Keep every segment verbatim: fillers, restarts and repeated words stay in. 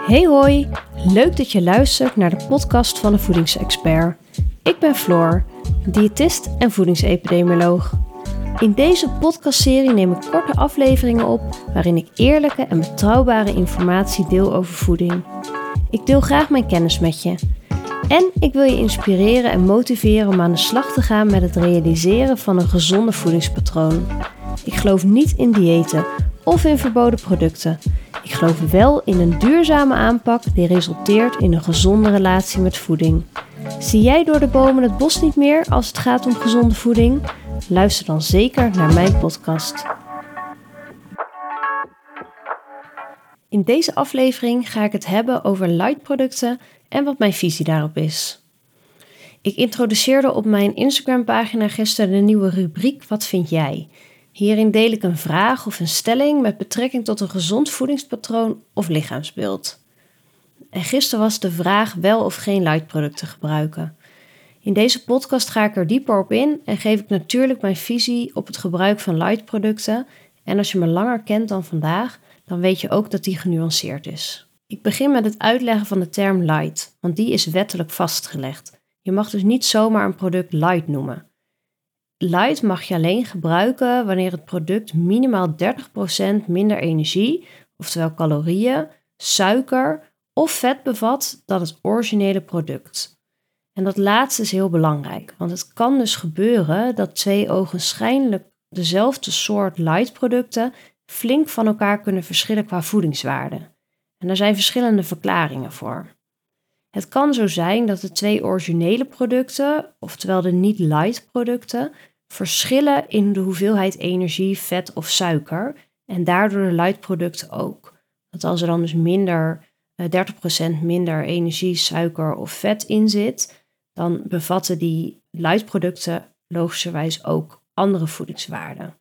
Hey hoi, leuk dat je luistert naar de podcast van een voedingsexpert. Ik ben Floor, diëtist en voedingsepidemioloog. In deze podcastserie neem ik korte afleveringen op waarin ik eerlijke en betrouwbare informatie deel over voeding. Ik deel graag mijn kennis met je. En ik wil je inspireren en motiveren om aan de slag te gaan met het realiseren van een gezonde voedingspatroon. Ik geloof niet in diëten of in verboden producten. Ik geloof wel in een duurzame aanpak die resulteert in een gezonde relatie met voeding. Zie jij door de bomen het bos niet meer als het gaat om gezonde voeding? Luister dan zeker naar mijn podcast. In deze aflevering ga ik het hebben over light producten en wat mijn visie daarop is. Ik introduceerde op mijn Instagram pagina gisteren de nieuwe rubriek Wat vind jij? Hierin deel ik een vraag of een stelling met betrekking tot een gezond voedingspatroon of lichaamsbeeld. En gisteren was de vraag wel of geen light producten gebruiken. In deze podcast ga ik er dieper op in en geef ik natuurlijk mijn visie op het gebruik van light producten. En als je me langer kent dan vandaag, dan weet je ook dat die genuanceerd is. Ik begin met het uitleggen van de term light, want die is wettelijk vastgelegd. Je mag dus niet zomaar een product light noemen. Light mag je alleen gebruiken wanneer het product minimaal dertig procent minder energie, oftewel calorieën, suiker of vet bevat dan het originele product. En dat laatste is heel belangrijk, want het kan dus gebeuren dat twee ogenschijnlijk dezelfde soort light producten flink van elkaar kunnen verschillen qua voedingswaarde. En daar zijn verschillende verklaringen voor. Het kan zo zijn dat de twee originele producten, oftewel de niet-light producten, verschillen in de hoeveelheid energie, vet of suiker en daardoor de light producten ook. Dat als er dan dus minder, dertig procent minder energie, suiker of vet in zit, dan bevatten die light producten logischerwijs ook andere voedingswaarden.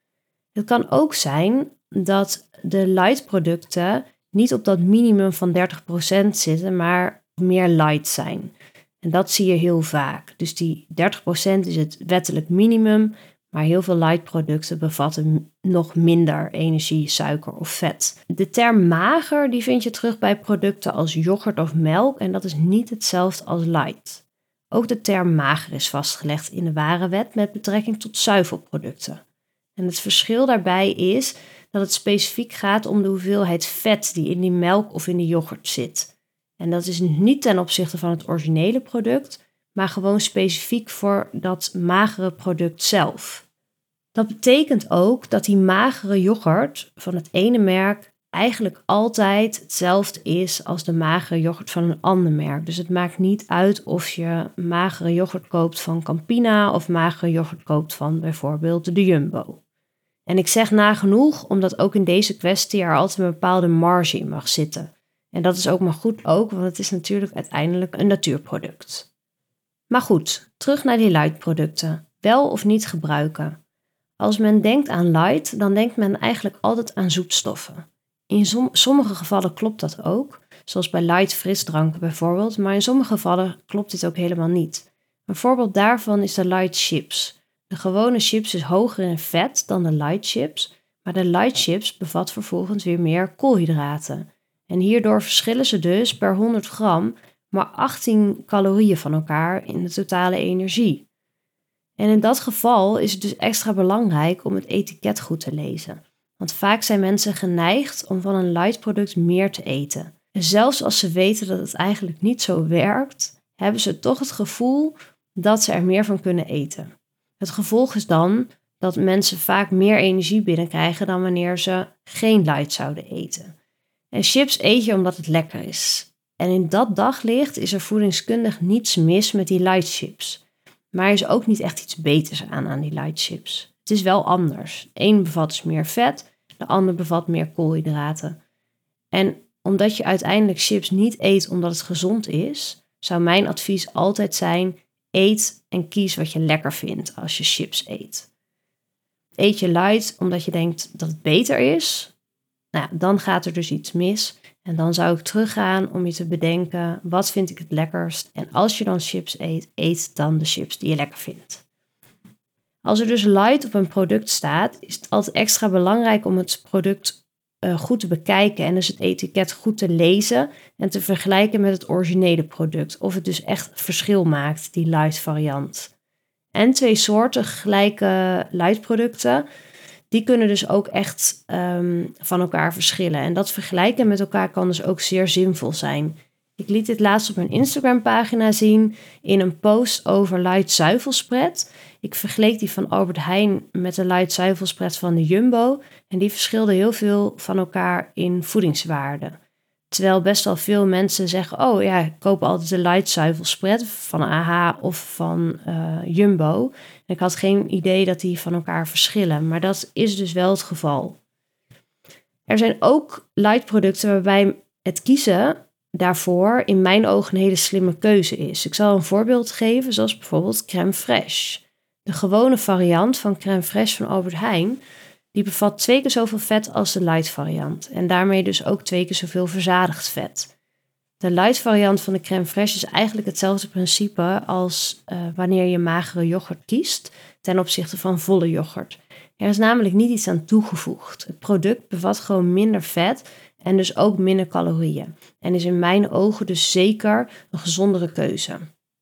Het kan ook zijn dat de light producten niet op dat minimum van dertig procent zitten, maar meer light zijn. En dat zie je heel vaak. Dus die dertig procent is het wettelijk minimum, maar heel veel light producten bevatten nog minder energie, suiker of vet. De term mager die vind je terug bij producten als yoghurt of melk en dat is niet hetzelfde als light. Ook de term mager is vastgelegd in de Warenwet met betrekking tot zuivelproducten. En het verschil daarbij is dat het specifiek gaat om de hoeveelheid vet die in die melk of in de yoghurt zit. En dat is niet ten opzichte van het originele product, maar gewoon specifiek voor dat magere product zelf. Dat betekent ook dat die magere yoghurt van het ene merk eigenlijk altijd hetzelfde is als de magere yoghurt van een ander merk. Dus het maakt niet uit of je magere yoghurt koopt van Campina of magere yoghurt koopt van bijvoorbeeld de Jumbo. En ik zeg nagenoeg omdat ook in deze kwestie er altijd een bepaalde marge in mag zitten. En dat is ook maar goed ook, want het is natuurlijk uiteindelijk een natuurproduct. Maar goed, terug naar die light producten. Wel of niet gebruiken. Als men denkt aan light, dan denkt men eigenlijk altijd aan zoetstoffen. In som- sommige gevallen klopt dat ook, zoals bij light frisdranken bijvoorbeeld, maar in sommige gevallen klopt dit ook helemaal niet. Een voorbeeld daarvan is de light chips. De gewone chips is hoger in vet dan de light chips, maar de light chips bevat vervolgens weer meer koolhydraten. En hierdoor verschillen ze dus per honderd gram maar achttien calorieën van elkaar in de totale energie. En in dat geval is het dus extra belangrijk om het etiket goed te lezen. Want vaak zijn mensen geneigd om van een light product meer te eten. En zelfs als ze weten dat het eigenlijk niet zo werkt, hebben ze toch het gevoel dat ze er meer van kunnen eten. Het gevolg is dan dat mensen vaak meer energie binnenkrijgen dan wanneer ze geen light zouden eten. En chips eet je omdat het lekker is. En in dat daglicht is er voedingskundig niets mis met die light chips. Maar er is ook niet echt iets beters aan aan die light chips. Het is wel anders. De een bevat dus meer vet, de ander bevat meer koolhydraten. En omdat je uiteindelijk chips niet eet omdat het gezond is, zou mijn advies altijd zijn: eet en kies wat je lekker vindt als je chips eet. Eet je light omdat je denkt dat het beter is? Nou, dan gaat er dus iets mis. En dan zou ik teruggaan om je te bedenken, wat vind ik het lekkerst? En als je dan chips eet, eet dan de chips die je lekker vindt. Als er dus light op een product staat, is het altijd extra belangrijk om het product uh, goed te bekijken en dus het etiket goed te lezen en te vergelijken met het originele product. Of het dus echt verschil maakt, die light variant. En twee soorten gelijke light producten, die kunnen dus ook echt um, van elkaar verschillen. En dat vergelijken met elkaar kan dus ook zeer zinvol zijn. Ik liet dit laatst op mijn Instagram pagina zien in een post over light zuivelspread. Ik vergeleek die van Albert Heijn met de light zuivelspread van de Jumbo. En die verschilden heel veel van elkaar in voedingswaarde. Terwijl best wel veel mensen zeggen, oh ja, ik koop altijd de light zuivelspread van A H of van uh, Jumbo. En ik had geen idee dat die van elkaar verschillen, maar dat is dus wel het geval. Er zijn ook light producten waarbij het kiezen daarvoor in mijn ogen een hele slimme keuze is. Ik zal een voorbeeld geven, zoals bijvoorbeeld crème fraîche. De gewone variant van crème fraîche van Albert Heijn, die bevat twee keer zoveel vet als de light variant. En daarmee dus ook twee keer zoveel verzadigd vet. De light variant van de crème fraîche is eigenlijk hetzelfde principe als uh, wanneer je magere yoghurt kiest ten opzichte van volle yoghurt. Er is namelijk niet iets aan toegevoegd. Het product bevat gewoon minder vet en dus ook minder calorieën. En is in mijn ogen dus zeker een gezondere keuze.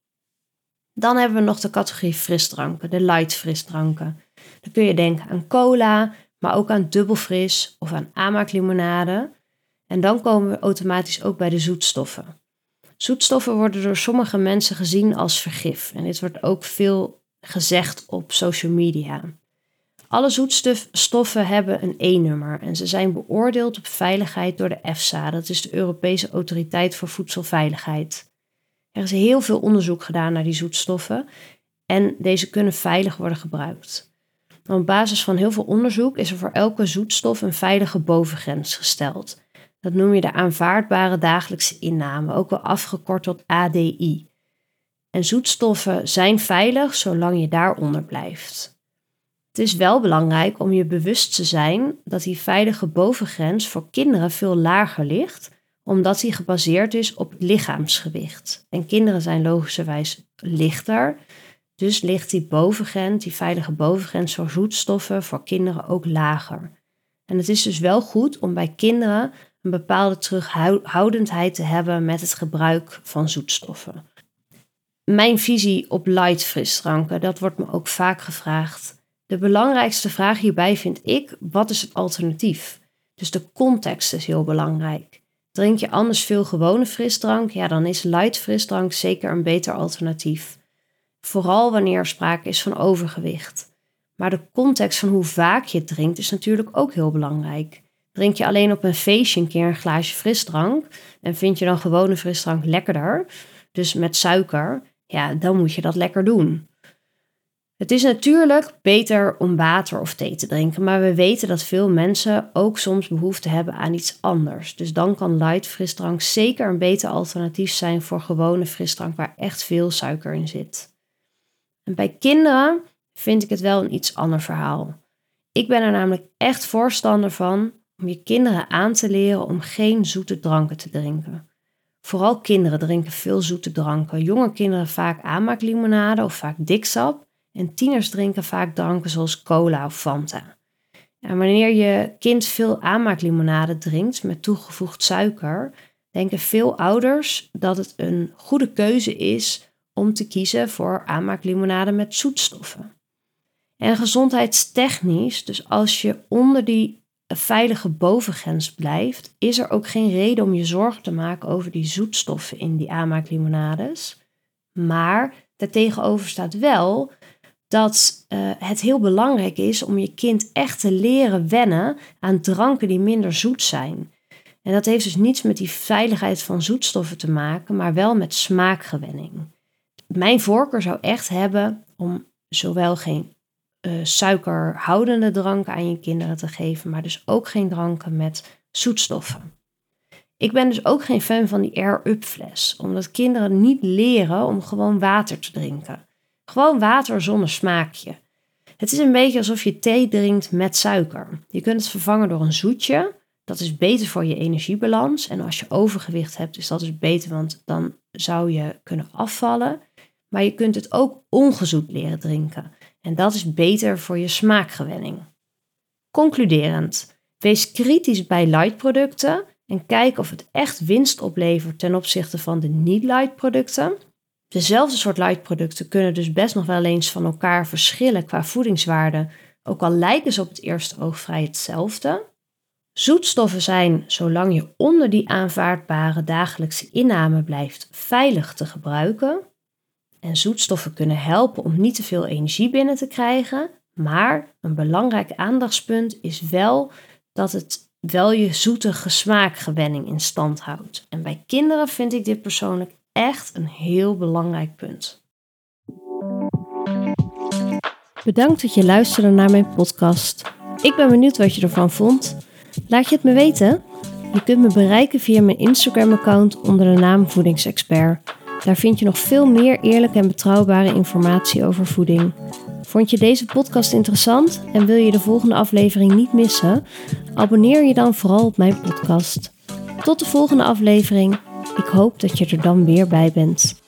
Dan hebben we nog de categorie frisdranken, de light frisdranken. Dan kun je denken aan cola, maar ook aan dubbelfris of aan aanmaaklimonade. En dan komen we automatisch ook bij de zoetstoffen. Zoetstoffen worden door sommige mensen gezien als vergif. En dit wordt ook veel gezegd op social media. Alle zoetstoffen hebben een E-nummer en ze zijn beoordeeld op veiligheid door de EFSA. Dat is de Europese Autoriteit voor Voedselveiligheid. Er is heel veel onderzoek gedaan naar die zoetstoffen en deze kunnen veilig worden gebruikt. Op basis van heel veel onderzoek is er voor elke zoetstof een veilige bovengrens gesteld. Dat noem je de aanvaardbare dagelijkse inname, ook wel afgekort tot A D I. En zoetstoffen zijn veilig zolang je daaronder blijft. Het is wel belangrijk om je bewust te zijn dat die veilige bovengrens voor kinderen veel lager ligt, omdat die gebaseerd is op het lichaamsgewicht. En kinderen zijn logischerwijs lichter, dus ligt die bovengrens, die veilige bovengrens voor zoetstoffen voor kinderen ook lager. En het is dus wel goed om bij kinderen een bepaalde terughoudendheid te hebben met het gebruik van zoetstoffen. Mijn visie op light frisdranken, dat wordt me ook vaak gevraagd. De belangrijkste vraag hierbij vind ik, wat is het alternatief? Dus de context is heel belangrijk. Drink je anders veel gewone frisdrank, ja, dan is light frisdrank zeker een beter alternatief. Vooral wanneer er sprake is van overgewicht. Maar de context van hoe vaak je het drinkt is natuurlijk ook heel belangrijk. Drink je alleen op een feestje een keer een glaasje frisdrank en vind je dan gewone frisdrank lekkerder, dus met suiker, ja, dan moet je dat lekker doen. Het is natuurlijk beter om water of thee te drinken, maar we weten dat veel mensen ook soms behoefte hebben aan iets anders. Dus dan kan light frisdrank zeker een beter alternatief zijn voor gewone frisdrank waar echt veel suiker in zit. En bij kinderen vind ik het wel een iets ander verhaal. Ik ben er namelijk echt voorstander van om je kinderen aan te leren om geen zoete dranken te drinken. Vooral kinderen drinken veel zoete dranken. Jonge kinderen vaak aanmaaklimonade of vaak diksap. En tieners drinken vaak dranken zoals cola of Fanta. En wanneer je kind veel aanmaaklimonade drinkt met toegevoegd suiker, denken veel ouders dat het een goede keuze is om te kiezen voor aanmaaklimonade met zoetstoffen. En gezondheidstechnisch, dus als je onder die veilige bovengrens blijft, is er ook geen reden om je zorgen te maken over die zoetstoffen in die aanmaaklimonades. Maar daartegenover staat wel dat uh, het heel belangrijk is om je kind echt te leren wennen aan dranken die minder zoet zijn. En dat heeft dus niets met die veiligheid van zoetstoffen te maken, maar wel met smaakgewenning. Mijn voorkeur zou echt hebben om zowel geen uh, suikerhoudende dranken aan je kinderen te geven, maar dus ook geen dranken met zoetstoffen. Ik ben dus ook geen fan van die air-up fles, omdat kinderen niet leren om gewoon water te drinken. Gewoon water zonder smaakje. Het is een beetje alsof je thee drinkt met suiker. Je kunt het vervangen door een zoetje. Dat is beter voor je energiebalans. En als je overgewicht hebt, is dat dus beter, want dan zou je kunnen afvallen. Maar je kunt het ook ongezoet leren drinken. En dat is beter voor je smaakgewenning. Concluderend. Wees kritisch bij light producten en kijk of het echt winst oplevert ten opzichte van de niet-light producten. Dezelfde soort light producten kunnen dus best nog wel eens van elkaar verschillen qua voedingswaarde, ook al lijken ze op het eerste oog vrij hetzelfde. Zoetstoffen zijn, zolang je onder die aanvaardbare dagelijkse inname blijft, veilig te gebruiken. En zoetstoffen kunnen helpen om niet te veel energie binnen te krijgen, maar een belangrijk aandachtspunt is wel dat het wel je zoetige smaakgewenning in stand houdt. En bij kinderen vind ik dit persoonlijk echt een heel belangrijk punt. Bedankt dat je luisterde naar mijn podcast. Ik ben benieuwd wat je ervan vond. Laat je het me weten. Je kunt me bereiken via mijn Instagram-account onder de naam Voedingsexpert. Daar vind je nog veel meer eerlijke en betrouwbare informatie over voeding. Vond je deze podcast interessant en wil je de volgende aflevering niet missen? Abonneer je dan vooral op mijn podcast. Tot de volgende aflevering. Ik hoop dat je er dan weer bij bent.